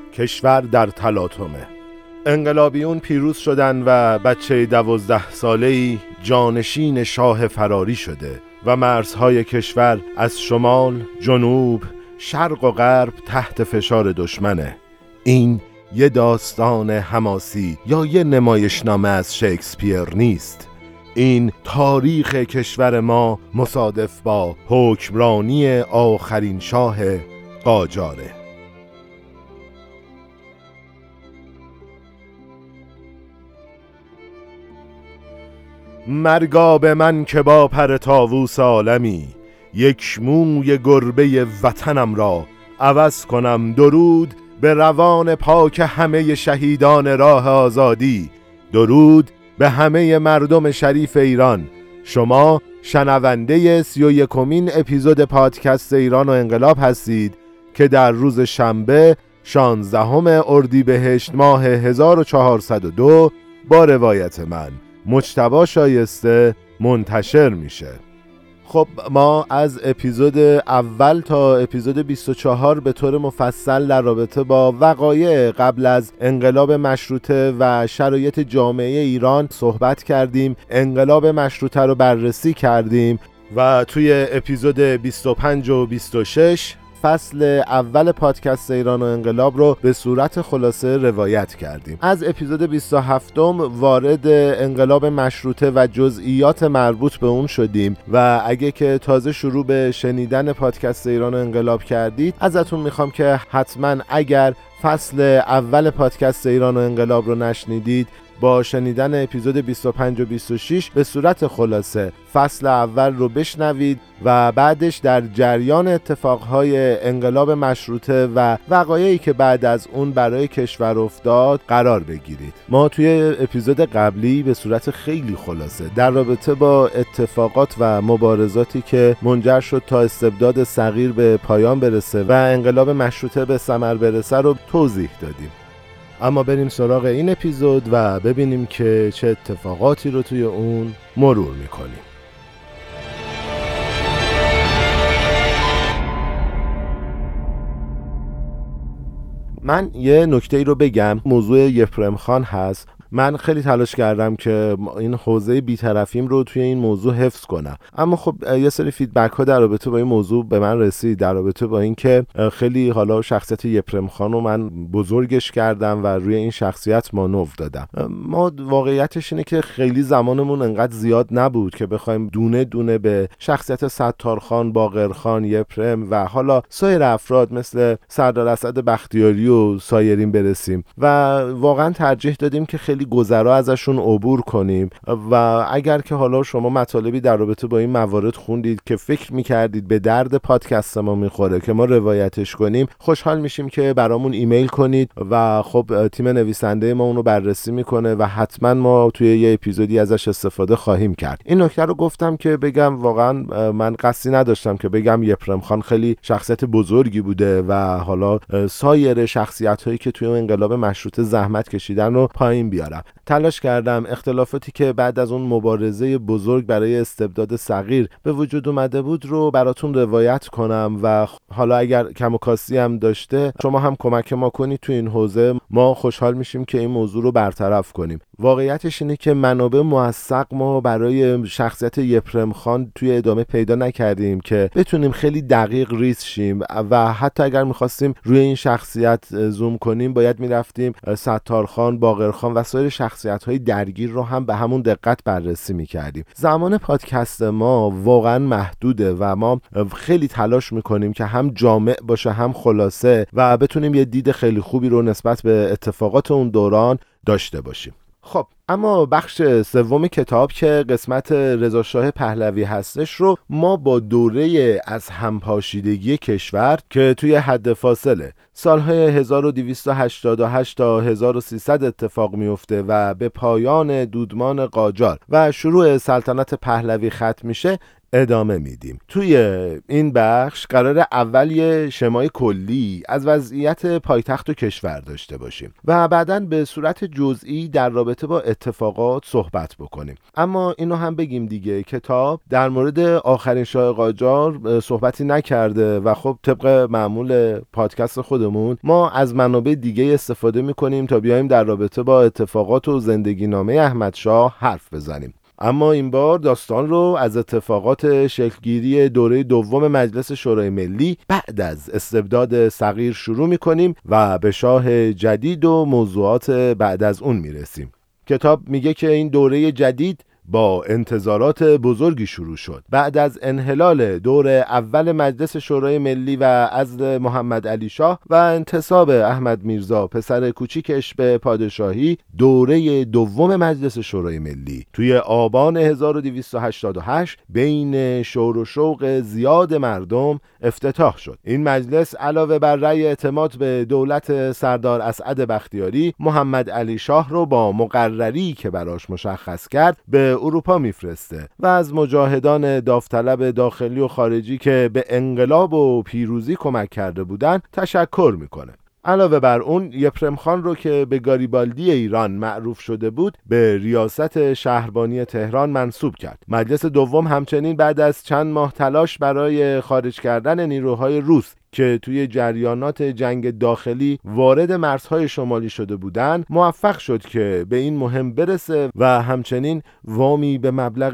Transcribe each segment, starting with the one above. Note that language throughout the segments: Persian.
کشور در تلاطمه. انقلابیون پیروز شدن و بچه 12 ساله‌ای جانشین شاه فراری شده و مرزهای کشور از شمال، جنوب، شرق و غرب تحت فشار دشمنه. این یه داستان حماسی یا یه نمایشنامه از شکسپیر نیست. این تاریخ کشور ما مصادف با حکمرانی آخرین شاه قاجاره. مرگا به من که با پر طاووس عالمی، یک موی گربه وطنم را عوض کنم. درود به روان پاک همه شهیدان راه آزادی، درود به همه مردم شریف ایران. شما شنونده 31مین اپیزود پادکست ایران و انقلاب هستید که در روز شنبه 16 اردیبهشت ماه 1402 با روایت من مجتبی شایسته منتشر میشه. خب ما از اپیزود اول تا اپیزود 24 به طور مفصل در رابطه با وقایع قبل از انقلاب مشروطه و شرایط جامعه ایران صحبت کردیم. انقلاب مشروطه رو بررسی کردیم و توی اپیزود 25 و 26 فصل اول پادکست ایران و انقلاب رو به صورت خلاصه روایت کردیم. از اپیزود 27 وارد انقلاب مشروطه و جزئیات مربوط به اون شدیم و اگه که تازه شروع به شنیدن پادکست ایران و انقلاب کردید، ازتون میخوام که حتما اگر فصل اول پادکست ایران و انقلاب رو نشنیدید، با شنیدن اپیزود 25 و 26 به صورت خلاصه فصل اول رو بشنوید و بعدش در جریان اتفاقهای انقلاب مشروطه و وقایعی که بعد از اون برای کشور افتاد قرار بگیرید. ما توی اپیزود قبلی به صورت خیلی خلاصه در رابطه با اتفاقات و مبارزاتی که منجر شد تا استبداد صغیر به پایان برسه و انقلاب مشروطه به ثمر برسه رو توضیح دادیم. اما بریم سراغ این اپیزود و ببینیم که چه اتفاقاتی رو توی اون مرور میکنیم. من یه نکته‌ای رو بگم. موضوع یفرم خان هست. من خیلی تلاش کردم که این حوزه بی‌طرفیم رو توی این موضوع حفظ کنم، اما خب یه سری فیدبک ها در رابطه با این موضوع به من رسید، در رابطه با این که خیلی حالا شخصیت یفرم خان رو من بزرگش کردم و روی این شخصیت مانور دادم. ما واقعیتش اینه که خیلی زمانمون انقدر زیاد نبود که بخوایم دونه دونه به شخصیت ستارخان، باقرخان، یفرم و حالا سایر افراد مثل سردار اسد بختیاری و سایرین برسیم و واقعا ترجیح دادیم که خیلی گذرا ازشون عبور کنیم و اگر که حالا شما مطالبی در رابطه با این موارد خوندید که فکر می‌کردید به درد پادکست ما می‌خوره که ما روایتش کنیم، خوشحال میشیم که برامون ایمیل کنید و خب تیم نویسنده ما اونو بررسی میکنه و حتما ما توی یه اپیزودی ازش استفاده خواهیم کرد. این نکته رو گفتم که بگم واقعا من قصدی نداشتم که بگم یفرم خان خیلی شخصیت بزرگی بوده و حالا سایر شخصیت‌هایی که توی انقلاب مشروطه زحمت کشیدن رو پایین بیارم. تلاش کردم اختلافاتی که بعد از اون مبارزه بزرگ برای استبداد صغیر به وجود اومده بود رو براتون روایت کنم و حالا اگر کم و کاستی هم داشته شما هم کمک ما کنید تو این حوزه، ما خوشحال میشیم که این موضوع رو برطرف کنیم. واقعیتش اینه که منابع موثق ما برای شخصیت یفرم خان توی ادامه پیدا نکردیم که بتونیم خیلی دقیق ریز شیم و حتی اگر میخواستیم روی این شخصیت زوم کنیم باید میرفتیم ستارخان، باقرخان و سایر شخصیت‌های درگیر رو هم به همون دقت بررسی می‌کردیم. زمان پادکست ما واقعا محدوده و ما خیلی تلاش می‌کنیم که هم جامع باشه هم خلاصه و بتونیم یه دید خیلی خوبی رو نسبت به اتفاقات اون دوران داشته باشیم. خب اما بخش سوم کتاب که قسمت رضا شاه پهلوی هستش رو ما با دوره از همپاشیدگی کشور که توی حد فاصله سالهای 1288 تا 1300 اتفاق میفته و به پایان دودمان قاجار و شروع سلطنت پهلوی ختم میشه، ادامه میدیم. توی این بخش قرار اول یه شمای کلی از وضعیت پایتخت و کشور داشته باشیم و بعداً به صورت جزئی در رابطه با اتفاقات صحبت بکنیم. اما اینو هم بگیم دیگه، کتاب در مورد آخرین شاه قاجار صحبتی نکرده و خب طبق معمول پادکست خودمون ما از منابع دیگه استفاده میکنیم تا بیایم در رابطه با اتفاقات و زندگی نامه احمد شاه حرف بزنیم. اما این بار داستان رو از اتفاقات شکلگیری دوره دوم مجلس شورای ملی بعد از استبداد صغیر شروع میکنیم و به شاه جدید و موضوعات بعد از اون میرسیم. کتاب میگه که این دوره جدید با انتظارات بزرگی شروع شد. بعد از انحلال دور اول مجلس شورای ملی و عزل محمد علی شاه و انتصاب احمد میرزا پسر کوچیکش به پادشاهی، دوره دوم مجلس شورای ملی توی آبان 1288 بین شور و شوق زیاد مردم افتتاح شد. این مجلس علاوه بر رأی اعتماد به دولت سردار اسعد بختیاری، محمد علی شاه رو با مقرری که براش مشخص کرد به اروپا میفرسته و از مجاهدان داوطلب داخلی و خارجی که به انقلاب و پیروزی کمک کرده بودن تشکر میکنه. علاوه بر اون یفرم خان رو که به گاریبالدی ایران معروف شده بود به ریاست شهربانی تهران منصوب کرد. مجلس دوم همچنین بعد از چند ماه تلاش برای خارج کردن نیروهای روس که توی جریانات جنگ داخلی وارد مرزهای شمالی شده بودند موفق شد که به این مهم برسه و همچنین وامی به مبلغ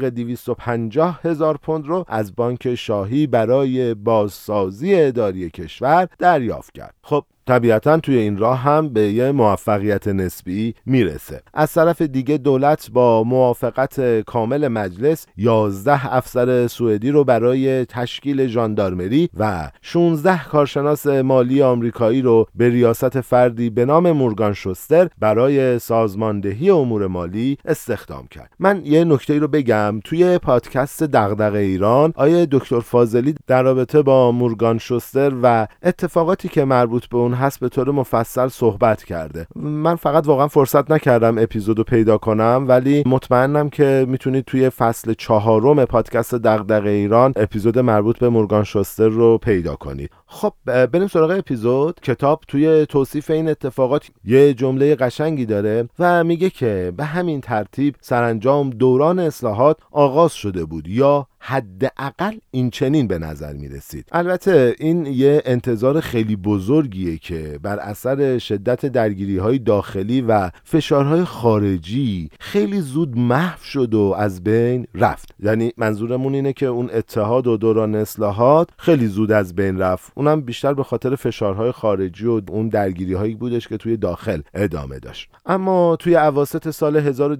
250,000 پوند رو از بانک شاهی برای بازسازی اداری کشور دریافت کرد. خب طبیعتاً توی این راه هم به یه موفقیت نسبی میرسه. از طرف دیگه دولت با موافقت کامل مجلس 11 افسر سوئدی رو برای تشکیل ژاندارمری و 16 کارشناس مالی آمریکایی رو به ریاست فردی به نام مورگان شوستر برای سازماندهی امور مالی استخدام کرد. من یه نکته رو بگم، توی پادکست دغدغه ایران آیه دکتر فاضلی در رابطه با مورگان شوستر و اتفاقاتی که مربوط به اون هست به طور مفصل صحبت کرده. من فقط واقعا فرصت نکردم اپیزودو پیدا کنم، ولی مطمئنم که میتونید توی فصل 4 پادکست دغدغه ایران اپیزود مربوط به مورگان شوستر رو پیدا کنید. خب بریم سراغ اپیزود. کتاب توی توصیف این اتفاقات یه جمله قشنگی داره و میگه که به همین ترتیب سرانجام دوران اصلاحات آغاز شده بود، یا حداقل این چنین به نظر می رسید. البته این یه انتظار خیلی بزرگیه که بر اثر شدت درگیری های داخلی و فشارهای خارجی خیلی زود محو شد و از بین رفت. یعنی منظورمون اینه که اون اتحاد و دوران اصلاحات خیلی زود از بین رفت، اونم بیشتر به خاطر فشارهای خارجی و اون درگیری هایی بودش که توی داخل ادامه داشت. اما توی اواسط سال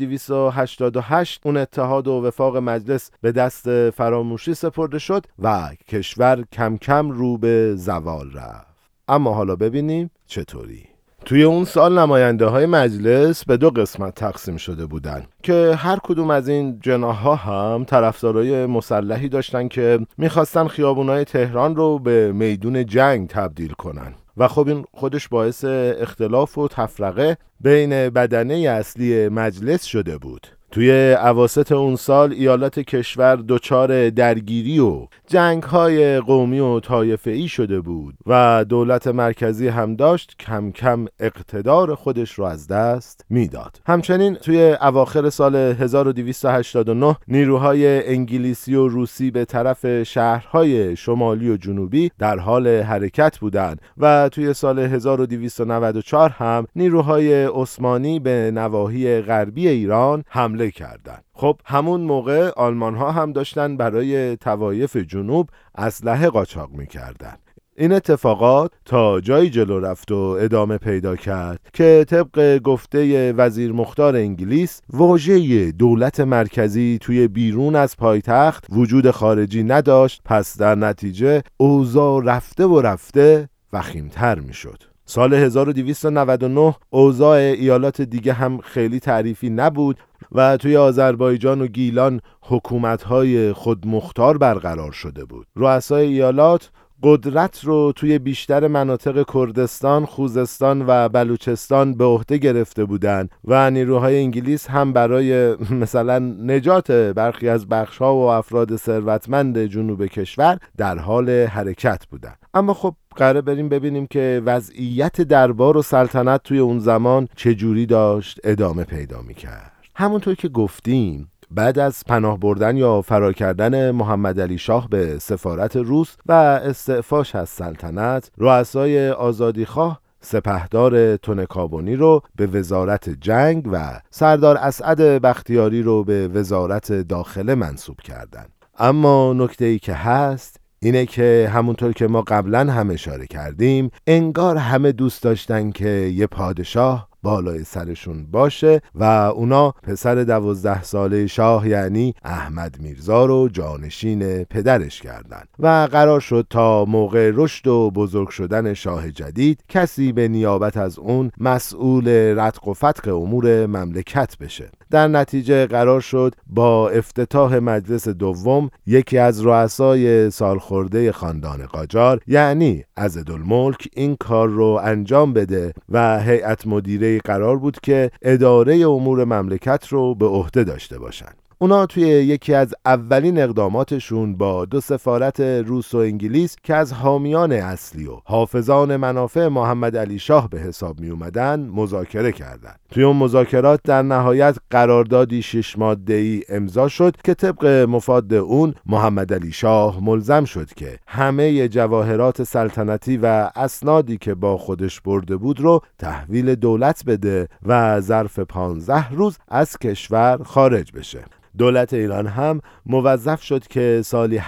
1288 اون اتحاد و وفاق مجلس به دست فراموشی سپرده شد و کشور کم کم رو به زوال رفت. اما حالا ببینیم چطوری. توی اون سال نماینده های مجلس به 2 قسمت تقسیم شده بودن که هر کدوم از این جناح‌ها هم طرفدارای مسلحی داشتن که میخواستن خیابونای تهران رو به میدون جنگ تبدیل کنن و خب این خودش باعث اختلاف و تفرقه بین بدنه اصلی مجلس شده بود. توی اواسط اون سال ایالات کشور دچار درگیری و جنگ‌های قومی و طایفه‌ای شده بود و دولت مرکزی هم داشت کم کم اقتدار خودش رو از دست میداد. همچنین توی اواخر سال 1289 نیروهای انگلیسی و روسی به طرف شهرهای شمالی و جنوبی در حال حرکت بودند و توی سال 1294 هم نیروهای عثمانی به نواحی غربی ایران حمله کردند. خب همون موقع آلمان ها هم داشتن برای طوایف جنوب اسلحه قاچاق می‌کردند. این اتفاقات تا جایی جلو رفت و ادامه پیدا کرد که طبق گفته وزیر مختار انگلیس واژه دولت مرکزی توی بیرون از پایتخت وجود خارجی نداشت. پس در نتیجه اوضاع رفته وخیم‌تر می‌شد. سال 1299 اوضاع ایالات دیگه هم خیلی تعریفی نبود و توی آذربایجان و گیلان حکومت‌های خودمختار برقرار شده بود. رؤسای ایالات قدرت رو توی بیشتر مناطق کردستان، خوزستان و بلوچستان به عهده گرفته بودند و نیروهای انگلیس هم برای مثلا نجات برخی از بخش‌ها و افراد ثروتمند جنوب کشور در حال حرکت بودند. اما خب قراره بریم ببینیم که وضعیت دربار و سلطنت توی اون زمان چجوری داشت ادامه پیدا می‌کرد. همونطور که گفتیم بعد از پناه بردن یا فرار کردن محمد علی شاه به سفارت روس و استعفاش از سلطنت، رؤسای آزادیخواه سپهدار تونکابونی رو به وزارت جنگ و سردار اسعد بختیاری رو به وزارت داخله منصوب کردند. اما نکته‌ای که هست اینه که همونطور که ما قبلا هم اشاره کردیم، انگار همه دوست داشتن که یه پادشاه بالای سرشون باشه و اونا پسر 12 ساله شاه یعنی احمد میرزا رو جانشین پدرش کردن و قرار شد تا موقع رشد و بزرگ شدن شاه جدید کسی به نیابت از اون مسئول رتق و فتق امور مملکت بشه. در نتیجه قرار شد با افتتاح مجلس دوم یکی از رؤسای سالخورده خاندان قاجار یعنی عضدالملک این کار رو انجام بده و هیئت مدیره قرار بود که اداره امور مملکت رو به عهده داشته باشن. اونا توی یکی از اولین اقداماتشون با 2 سفارت روس و انگلیس که از حامیان اصلی و حافظان منافع محمد علی شاه به حساب می اومدن مذاکره کردند. توی اون مذاکرات در نهایت قراردادی 6 ماده‌ای امضا شد که طبق مفاد اون محمد علی شاه ملزم شد که همه جواهرات سلطنتی و اسنادی که با خودش برده بود رو تحویل دولت بده و ظرف 15 روز از کشور خارج بشه. دولت ایران هم موظف شد که سالی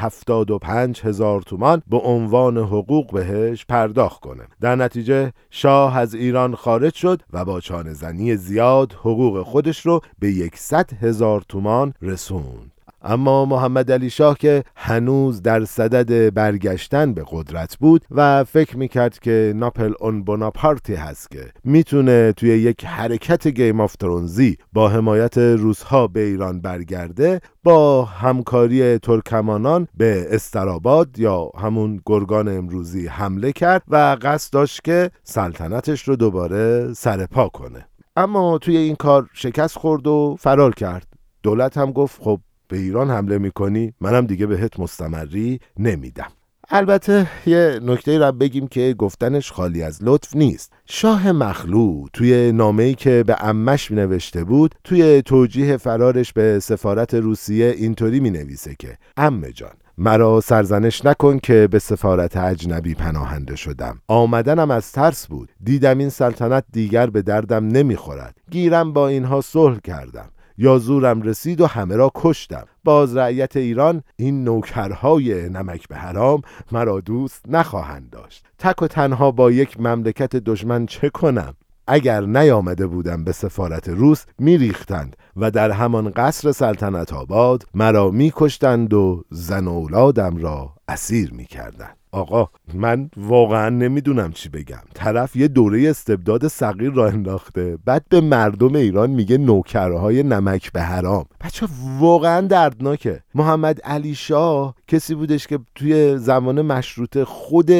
75,000 تومان به عنوان حقوق بهش پرداخت کنه. در نتیجه شاه از ایران خارج شد و با چانه زنی زیاد حقوق خودش رو به 100,000 تومان رسوند. اما محمد علی شاه که هنوز در صدد برگشتن به قدرت بود و فکر میکرد که ناپل اون بوناپارتی هست که میتونه توی یک حرکت گیم آف ترونزی با حمایت روس‌ها به ایران برگرده، با همکاری ترکمانان به استراباد یا همون گرگان امروزی حمله کرد و قصد داشت که سلطنتش رو دوباره سرپا کنه. اما توی این کار شکست خورد و فرار کرد. دولت هم گفت خب به ایران حمله میکنی، منم دیگه بهت مستمری نمیدم. البته یه نکته را بگیم که گفتنش خالی از لطف نیست. شاه مخلوع توی نامه‌ای که به عمش نوشته بود توی توجیه فرارش به سفارت روسیه اینطوری مینویسه که عمه جان، مرا سرزنش نکن که به سفارت اجنبی پناهنده شدم. آمدنم از ترس بود. دیدم این سلطنت دیگر به دردم نمیخورد. گیرم با اینها صلح کردم. یا زورم رسید و همه را کشتم. باز رعیت ایران این نوکرهای نمک به حرام مرا دوست نخواهند داشت. تک و تنها با یک مملکت دشمن چه کنم؟ اگر نیامده بودم به سفارت روس میریختند و در همان قصر سلطنت آباد مرا میکشتند و زن و اولادم را اسیر میکردند. آقا من واقعا نمیدونم چی بگم. طرف یه دوره استبداد صغیر را انداخته، بعد به مردم ایران میگه نوکرهای نمک به حرام. بچه واقعا دردناکه. محمد علی شاه کسی بودش که توی زمان مشروطه خود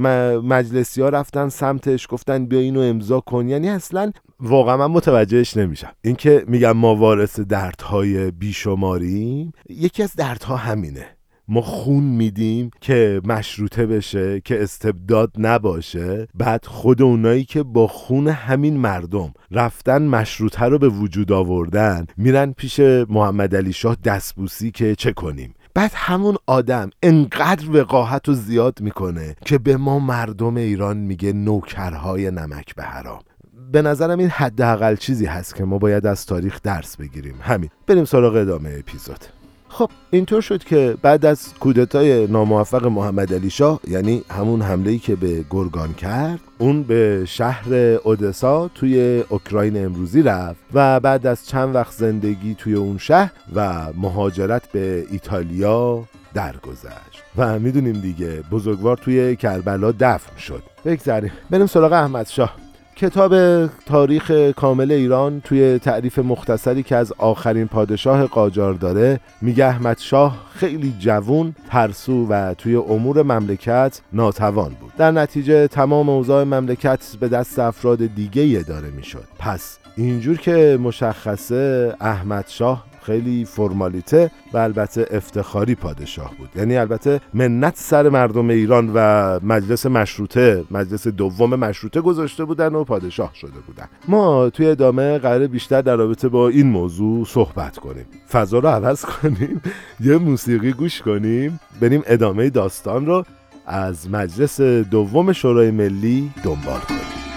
مجلسی ها رفتن سمتش گفتن بیا اینو امضا کن. یعنی اصلا واقعا من متوجهش نمیشم. این که میگم ما وارث دردهای بیشماریم، یکی از دردها همینه. ما خون میدیم که مشروطه بشه، که استبداد نباشه، بعد خود اونایی که با خون همین مردم رفتن مشروطه رو به وجود آوردن میرن پیش محمد علی شاه دستبوسی که چه کنیم. بعد همون آدم انقدر وقاحت رو زیاد میکنه که به ما مردم ایران میگه نوکرهای نمک به حرام. به نظرم این حداقل چیزی هست که ما باید از تاریخ درس بگیریم. همین. بریم سراغ ادامه اپیزود. خب اینطور شد که بعد از کودتای ناموفق محمد علی شاه، یعنی همون حمله‌ای که به گرگان کرد، اون به شهر اودسا توی اوکراین امروزی رفت و بعد از چند وقت زندگی توی اون شهر و مهاجرت به ایتالیا درگذشت و میدونیم دیگه بزرگوار توی کربلا دفن شد. بگذاریم بریم سراغ احمد شاه. کتاب تاریخ کامل ایران توی تعریف مختصری که از آخرین پادشاه قاجار داره میگه احمد شاه خیلی جوون، ترسو و توی امور مملکت ناتوان بود. در نتیجه تمام اوضاع مملکت به دست افراد دیگه اداره میشد. پس اینجور که مشخصه احمد شاه خیلی فرمالیته و البته افتخاری پادشاه بود. یعنی البته منت سر مردم ایران و مجلس مشروطه، مجلس دوم مشروطه گذاشته بودن و پادشاه شده بودن. ما توی ادامه قراره بیشتر در رابطه با این موضوع صحبت کنیم. فضا رو عوض کنیم، یه موسیقی گوش کنیم، بریم ادامه داستان رو از مجلس دوم شورای ملی دنبال کنیم.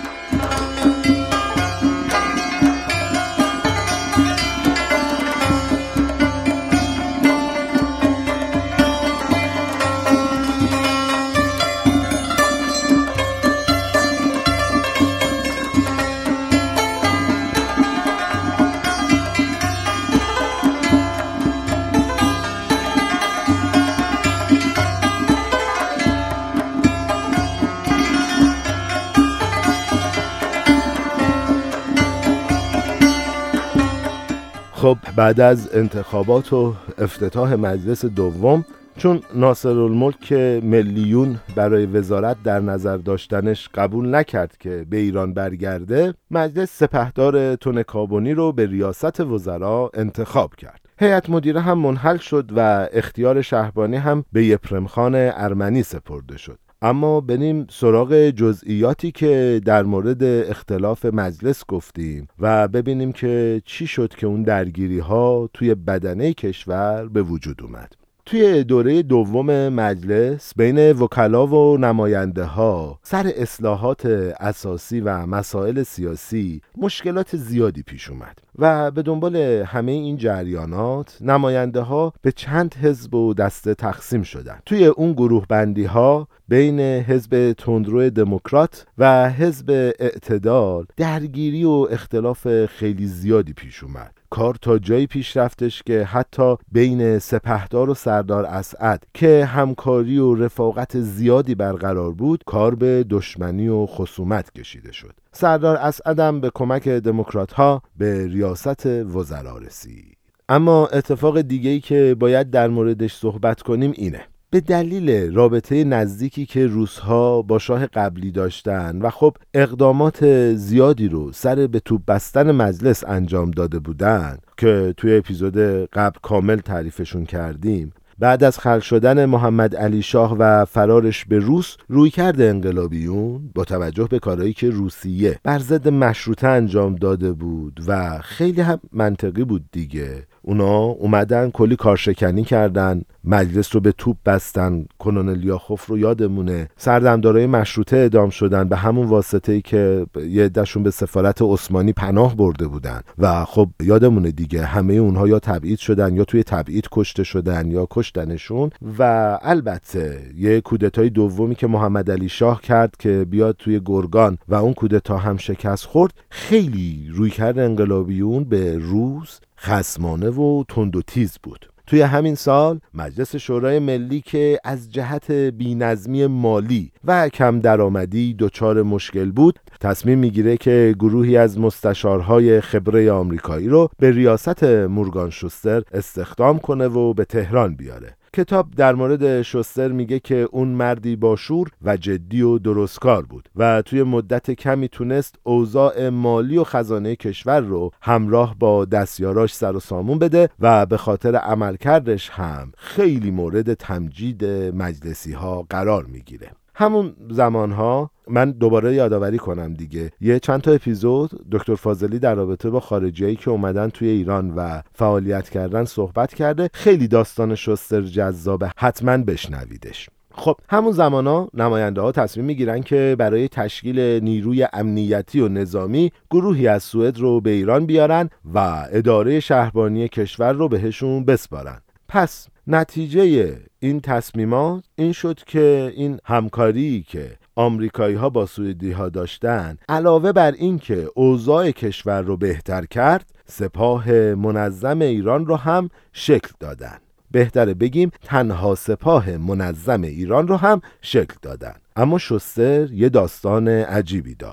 خب بعد از انتخابات و افتتاح مجلس دوم، چون ناصرالملک ملیون برای وزارت در نظر داشتنش قبول نکرد که به ایران برگرده، مجلس سپهدار تون کابونی رو به ریاست وزرا انتخاب کرد. هیئت مدیره هم منحل شد و اختیار شهبانی هم به یپرم خان ارمنی سپرده شد. اما بریم سراغ جزئیاتی که در مورد اختلاف مجلس گفتیم و ببینیم که چی شد که اون درگیری ها توی بدنه کشور به وجود اومد. توی دوره دوم مجلس بین وکلا و نماینده ها سر اصلاحات اساسی و مسائل سیاسی مشکلات زیادی پیش اومد و به دنبال همه این جریانات نماینده ها به چند حزب و دسته تقسیم شدند. توی اون گروه بندی ها بین حزب تندرو دموکرات و حزب اعتدال درگیری و اختلاف خیلی زیادی پیش اومد. کار تا جایی پیش رفتش که حتی بین سپهدار و سردار اسعد که همکاری و رفاقت زیادی برقرار بود، کار به دشمنی و خصومت کشیده شد. سردار اسعد هم به کمک دموکرات ها به ریاست وزرا رسید. اما اتفاق دیگه‌ای که باید در موردش صحبت کنیم اینه: به دلیل رابطه نزدیکی که روس‌ها با شاه قبلی داشتن و خب اقدامات زیادی رو سر به توپ بستن مجلس انجام داده بودن که توی اپیزود قبل کامل تعریفشون کردیم، بعد از خلع شدن محمد علی شاه و فرارش به روس، رویکرد انقلابیون با توجه به کارهایی که روسیه بر ضد مشروطه انجام داده بود و خیلی هم منطقی بود دیگه، اونا اومدن کلی کارشکنی کردن، مجلس رو به توپ بستن. کنونل لیاخوف رو یادمونه، سردمدارای مشروطه اعدام شدن به همون واسطه‌ای که یه عده‌شون به سفارت عثمانی پناه برده بودن و خب یادمونه دیگه همه اونها یا تبعید شدن یا توی تبعید کشته شدن یا کشتنشون. و البته یه کودتای دومی که محمد علی شاه کرد که بیاد توی گرگان و اون کودتا هم شکست خورد، خیلی رویکرد انقلابیون به روس خصمانه و تند و تیز بود. توی همین سال مجلس شورای ملی که از جهت بی‌نظمی مالی و کم درآمدی دچار مشکل بود، تصمیم میگیره که گروهی از مستشارهای خبره آمریکایی رو به ریاست مورگان شوستر استخدام کنه و به تهران بیاره. کتاب در مورد شوستر میگه که اون مردی با شور و جدی و درستکار بود و توی مدت کمی تونست اوضاع مالی و خزانه کشور رو همراه با دستیاراش سر و سامون بده و به خاطر عملکردش هم خیلی مورد تمجید مجلسی ها قرار میگیره. همون زمانها من دوباره یادآوری کنم دیگه، یه چند تا اپیزود دکتر فاضلی در رابطه با خارجیایی که اومدن توی ایران و فعالیت کردن صحبت کرده. خیلی داستان شوستر جذابه، حتما بشنویدش. خب همون زمانا نماینده ها تصمیم میگیرن که برای تشکیل نیروی امنیتی و نظامی گروهی از سوئد رو به ایران بیارن و اداره شهربانی کشور رو بهشون بسپارن. پس نتیجه این تصمیمات این شد که این همکاری که آمریکایی ها با سوئدی ها داشتن، علاوه بر این که اوضاع کشور رو بهتر کرد، سپاه منظم ایران رو هم شکل دادن. بهتره بگیم تنها سپاه منظم ایران رو هم شکل دادن. اما شوستر یه داستان عجیبی داشت.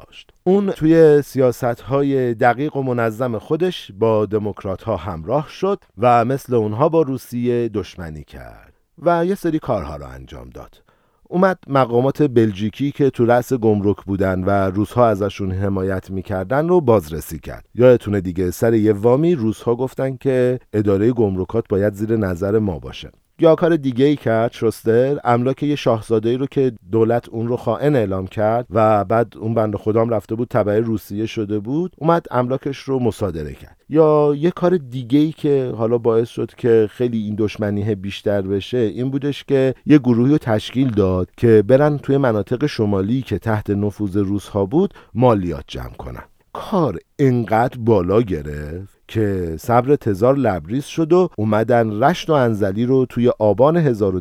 اون توی سیاست‌های دقیق و منظم خودش با دموکرات‌ها همراه شد و مثل اونها با روسیه دشمنی کرد و یه سری کارها رو انجام داد. اومد مقامات بلژیکی که تو رأس گمرک بودن و روس‌ها ازشون حمایت میکردن رو بازرسی کرد. یادتونه دیگه سر یه وامی روس‌ها گفتن که اداره گمرکات باید زیر نظر ما باشه. یا کار دیگه ای کرد شوستر، املاک یه شاهزاده‌ای رو که دولت اون رو خائن اعلام کرد و بعد اون بنده خدام رفته بود تبع روسیه شده بود، اومد املاکش رو مصادره کرد. یا یه کار دیگه ای که حالا باعث شد که خیلی این دشمنیه بیشتر بشه این بودش که یه گروهی رو تشکیل داد که برن توی مناطق شمالی که تحت نفوذ روس‌ها بود مالیات جمع کنن. کار انقدر بالا گرفت که صبر تزار لبریز شد و اومدن رشت و انزلی رو توی آبان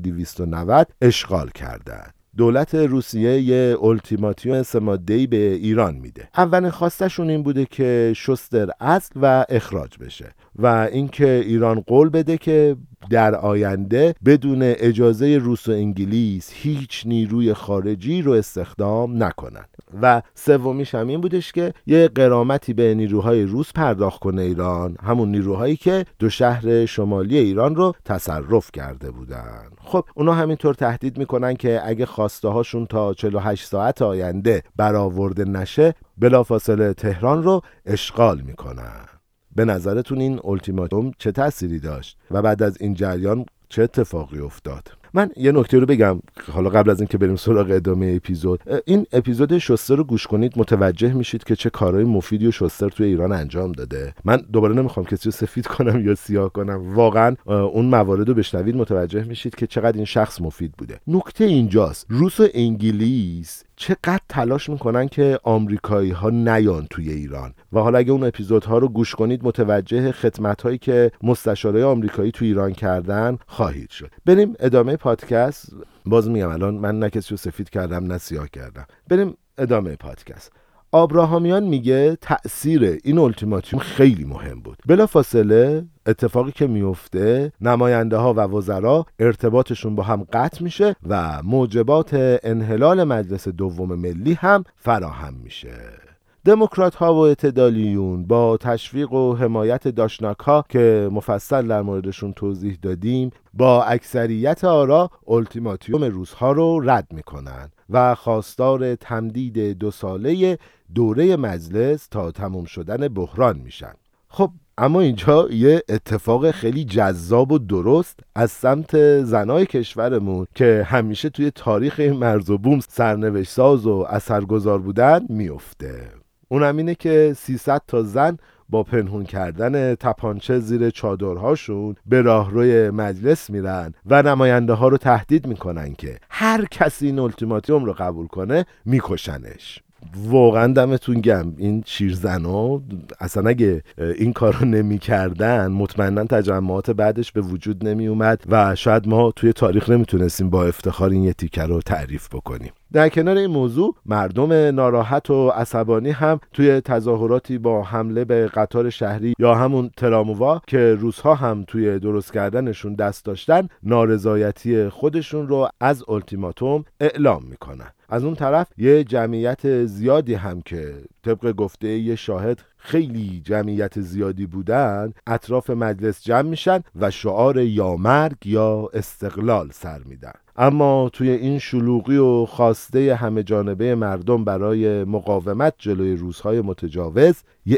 1290 اشغال کردن. دولت روسیه یه اولتیماتیوم 3 ماده‌ای به ایران میده. اولین خواستشون این بوده که شوستر اصل و اخراج بشه و اینکه ایران قول بده که در آینده بدون اجازه روس و انگلیس هیچ نیروی خارجی رو استخدام نکنن و سومیش هم این بودش که یه غرامتی به نیروهای روس پرداخت کنه ایران، همون نیروهایی که 2 شهر شمالی ایران رو تصرف کرده بودن. خب اونا همینطور تهدید میکنن که اگه خواسته هاشون تا 48 ساعت آینده برآورده نشه بلافاصله تهران رو اشغال میکنن. به نظرتون این اولتیماتوم چه تأثیری داشت و بعد از این جریان چه اتفاقی افتاد؟ من یه نکته رو بگم حالا قبل از اینکه بریم سراغ ادامه اپیزود. این اپیزود شوستر رو گوش کنید متوجه میشید که چه کارهای مفیدی شوستر توی ایران انجام داده. من دوباره نمیخوام کسی رو سفید کنم یا سیاه کنم، واقعا اون موارد رو بشنوید متوجه میشید که چقدر این شخص مفید بوده. نکته اینجاست روس و انگلیس چقدر تلاش میکنن که آمریکایی ها نیان توی ایران و حالا اگه اون اپیزودها رو گوش کنید متوجه خدمت‌هایی که مستشارای آمریکایی توی ایران کردن خواهید شد. بریم ادامه پادکست. باز میگم الان من نه کسی رو سفید کردم نه سیاه کردم. بریم ادامه پادکست. آبراهامیان میگه تأثیر این اولتیماتوم خیلی مهم بود. بلافاصله اتفاقی که میفته نماینده ها و وزرا ارتباطشون با هم قطع میشه و موجبات انحلال مجلس دوم ملی هم فراهم میشه. دموکرات ها و اعتدالیون با تشویق و حمایت داشناک ها که مفصل در موردشون توضیح دادیم با اکثریت آرا اولتیماتوم روس ها رو رد میکنن و خواستار تمدید 2 ساله دوره مجلس تا تموم شدن بحران میشن. خب اما اینجا یه اتفاق خیلی جذاب و درست از سمت زنای کشورمون که همیشه توی تاریخ این مرز و بوم سرنوشت ساز و اثرگذار بودن میفته. اونم اینه که 300 تا زن با پنهون کردن تپانچه زیر چادرهاشون به راهروی مجلس میرن و نماینده ها رو تهدید میکنن که هر کسی این اولتیماتوم رو قبول کنه میکشنش. واقعا دمتون گرم این شیرزنا، اصلا اگه این کار رو نمی کردن مطمئنا تجمعات بعدش به وجود نمی اومد و شاید ما توی تاریخ نمیتونستیم با افتخار این یه تیکه رو تعریف بکنیم. در کنار این موضوع مردم ناراحت و عصبانی هم توی تظاهراتی با حمله به قطار شهری یا همون تراموا که روس‌ها هم توی درست کردنشون دست داشتن نارضایتی خودشون رو از اولتیماتوم اعلام میکنن. از اون طرف یه جمعیت زیادی هم که طبق گفته یه شاهد خیلی جمعیت زیادی بودن اطراف مجلس جمع میشن و شعار یا مرگ یا استقلال سر میدن. اما توی این شلوغی و خواسته همه جانبه مردم برای مقاومت جلوی روس‌های متجاوز یه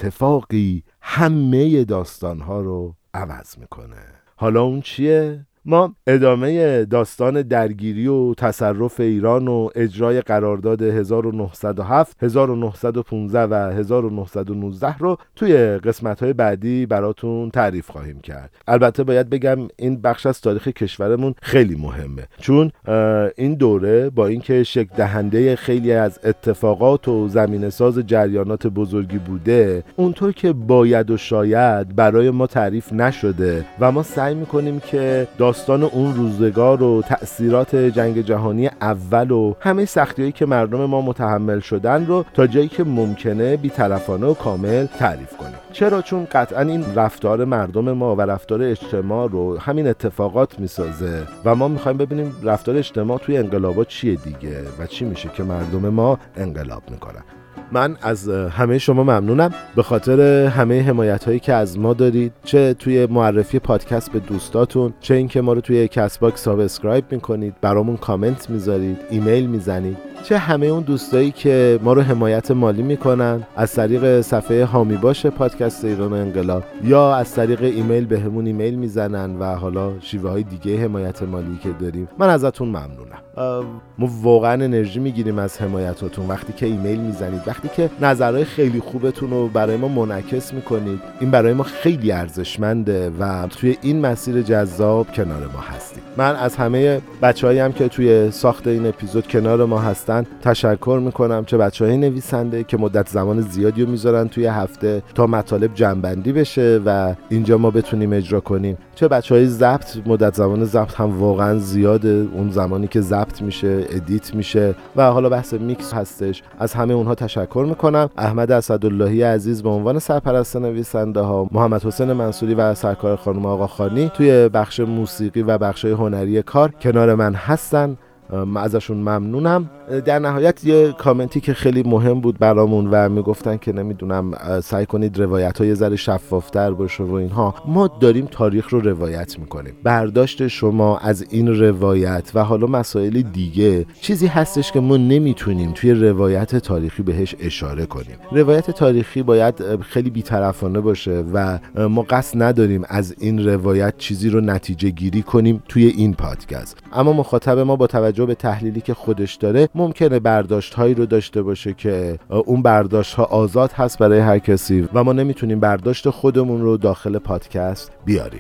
اتفاقی همه داستانها رو عوض میکنه. حالا اون چیه؟ ما ادامه داستان درگیری و تصرف ایران و اجرای قرارداد 1907 1915 و 1919 رو توی قسمت‌های بعدی براتون تعریف خواهیم کرد. البته باید بگم این بخش از تاریخ کشورمون خیلی مهمه، چون این دوره با اینکه شکل دهنده خیلی از اتفاقات و زمینه ساز جریانات بزرگی بوده، اونطور که باید و شاید برای ما تعریف نشده و ما سعی می‌کنیم که داستان اون روزگار و تأثیرات جنگ جهانی اول و همه سختی‌هایی که مردم ما متحمل شدن رو تا جایی که ممکنه بی‌طرفانه و کامل تعریف کنیم. چرا؟ چون قطعاً این رفتار مردم ما و رفتار اجتماع رو همین اتفاقات میسازه و ما میخوایم ببینیم رفتار اجتماع توی انقلابات چیه دیگه و چی میشه که مردم ما انقلاب میکنن. من از همه شما ممنونم به خاطر همه حمایت هایی که از ما دارید، چه توی معرفی پادکست به دوستاتون، چه اینکه ما رو توی کست باکس سابسکرایب میکنید، برامون کامنت میذارید، ایمیل میزنید، چه همه اون دوستایی که ما رو حمایت مالی میکنن از طریق صفحه حامی باش پادکست ایران و انقلاب یا از طریق ایمیل بهمون ایمیل میزنن و حالا شیوه های دیگه حمایت مالی که داریم. من ازتون ممنونم. ما واقعا انرژی میگیریم از حمایتاتون وقتی که ایمیل میزنید، وقتی که نظرهای خیلی خوبتون رو برای ما منعکس میکنید. این برای ما خیلی ارزشمنده و توی این مسیر جذاب کنار ما هستید. من از همه بچه‌هایی هم که توی ساخت این اپیزود کنار ما هستن تشکر میکنم، چه بچه‌های نویسنده که مدت زمان زیادی رو میذارن توی هفته تا مطالب جمع‌بندی بشه و اینجا ما بتونیم اجرا کنیم، چه بچه‌های ضبط، مدت زمان ضبط هم واقعا زیاده، اون زمانی که ضبط میشه، ادیت میشه و حالا بحث میکس هستش. از همه اونها تشکر میکنم. احمد اسداللهی عزیز به عنوان سرپرست نویسنده ها، محمد حسین منصوری و سرکار خانم آقاخانی توی بخش موسیقی و بخش هنری کار کنار من هستن. ازشون ممنونم. در نهایت یه کامنتی که خیلی مهم بود برامون و میگفتن که نمیدونم سعی کنید روایت های ذره شفافتر باشه و اینها. ما داریم تاریخ رو روایت میکنیم. برداشت شما از این روایت و حالا مسائل دیگه چیزی هستش که ما نمیتونیم توی روایت تاریخی بهش اشاره کنیم. روایت تاریخی باید خیلی بی‌طرفانه باشه و ما قصد نداریم از این روایت چیزی رو نتیجه گیری کنیم توی این پادکست. اما مخاطب ما با توجه به تحلیلی که خودش داره ممکنه برداشت هایی رو داشته باشه که اون برداشت ها آزاد هست برای هر کسی و ما نمیتونیم برداشت خودمون رو داخل پادکست بیاریم.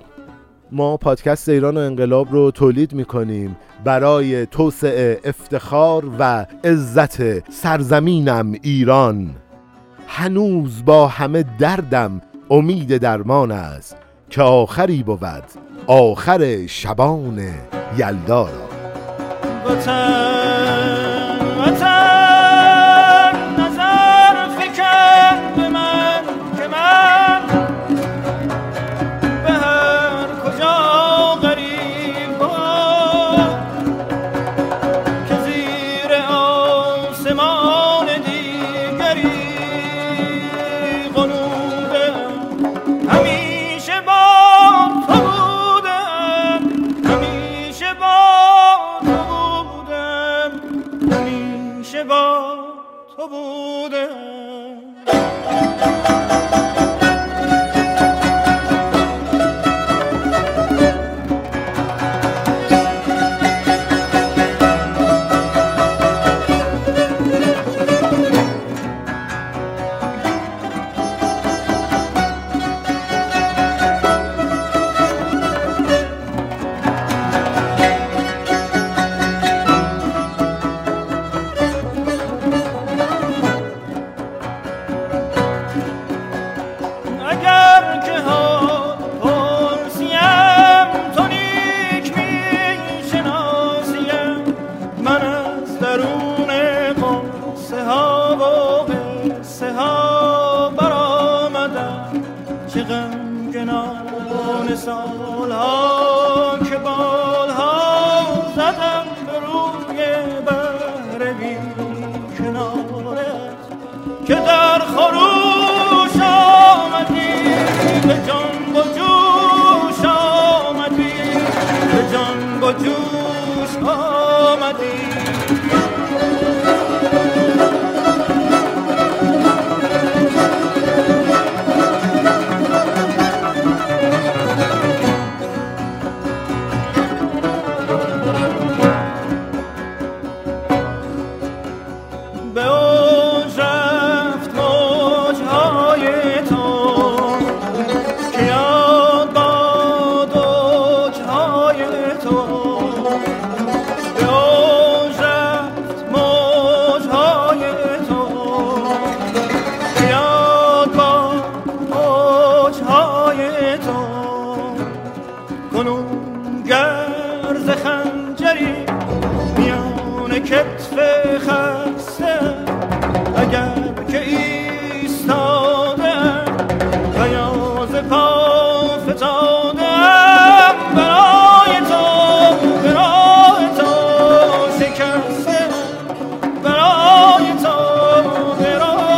ما پادکست ایران و انقلاب رو تولید میکنیم برای توسعه، افتخار و عزت سرزمینم ایران. هنوز با همه دردم امید درمان است که آخری بود آخر شبان یلدا را. نظر فکر به من که من به هر کجا غریب باد که زیر آسمان دیگری غنوده همیشه با تو بودم، همیشه با تو بودم. سالها که بالها زدم به روی بحر بی کنارت که در خروش آمدی به جنب و جوش آمدی، به جنب و جوش آمدی. کتف خسته اگر که ایستاده و یا ز پا فتاده برای تو شکسته برای تو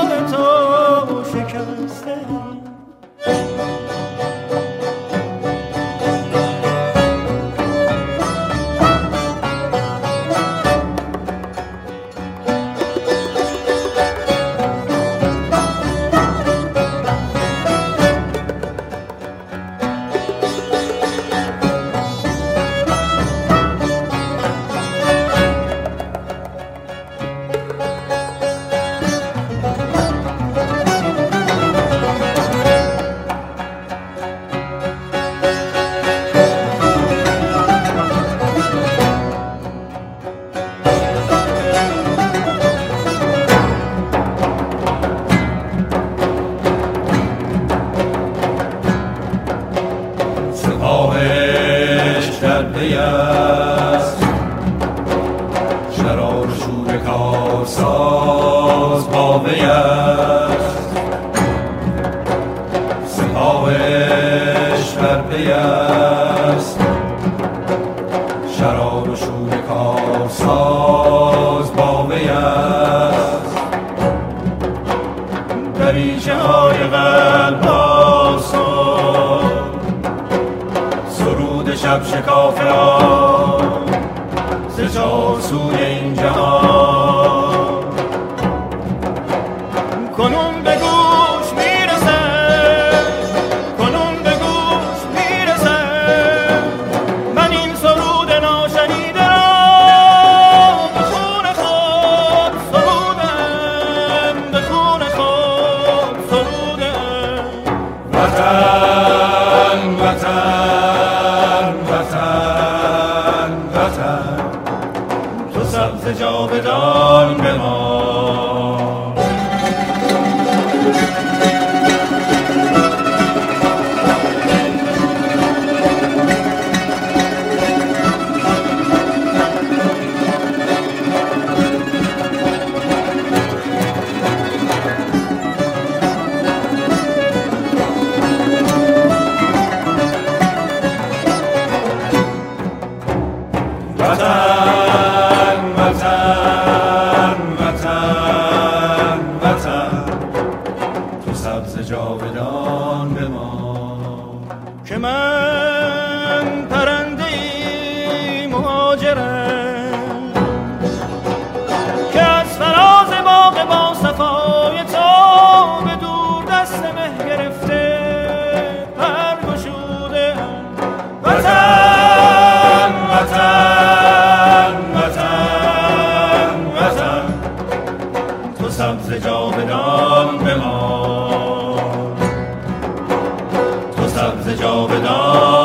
شرار شور کارساز با وی است، سپاهش بر پی است. شرار و شور کارساز با وی است، دریچه های قلب آسان، سرود شب شکافه ها ز چار سوی این جهان. کنون به گوش میرسه، کنون به گوش میرسه، من این سرود ناشنیده را به خون خود سرودم، به خون خود سرودم. وطن وطن وطن وطن، تو سبز جاودان بمان. وطن وطن وطن وطن، تو سبز جاودان بمان. که من پرنده‌ای مهاجرم که از فراز باغ با صفای تو به دور دست مه گرفته پر گشوده. وطن وطن وطن وطن، تو سبز جاودان بمان، تو سبز جاودان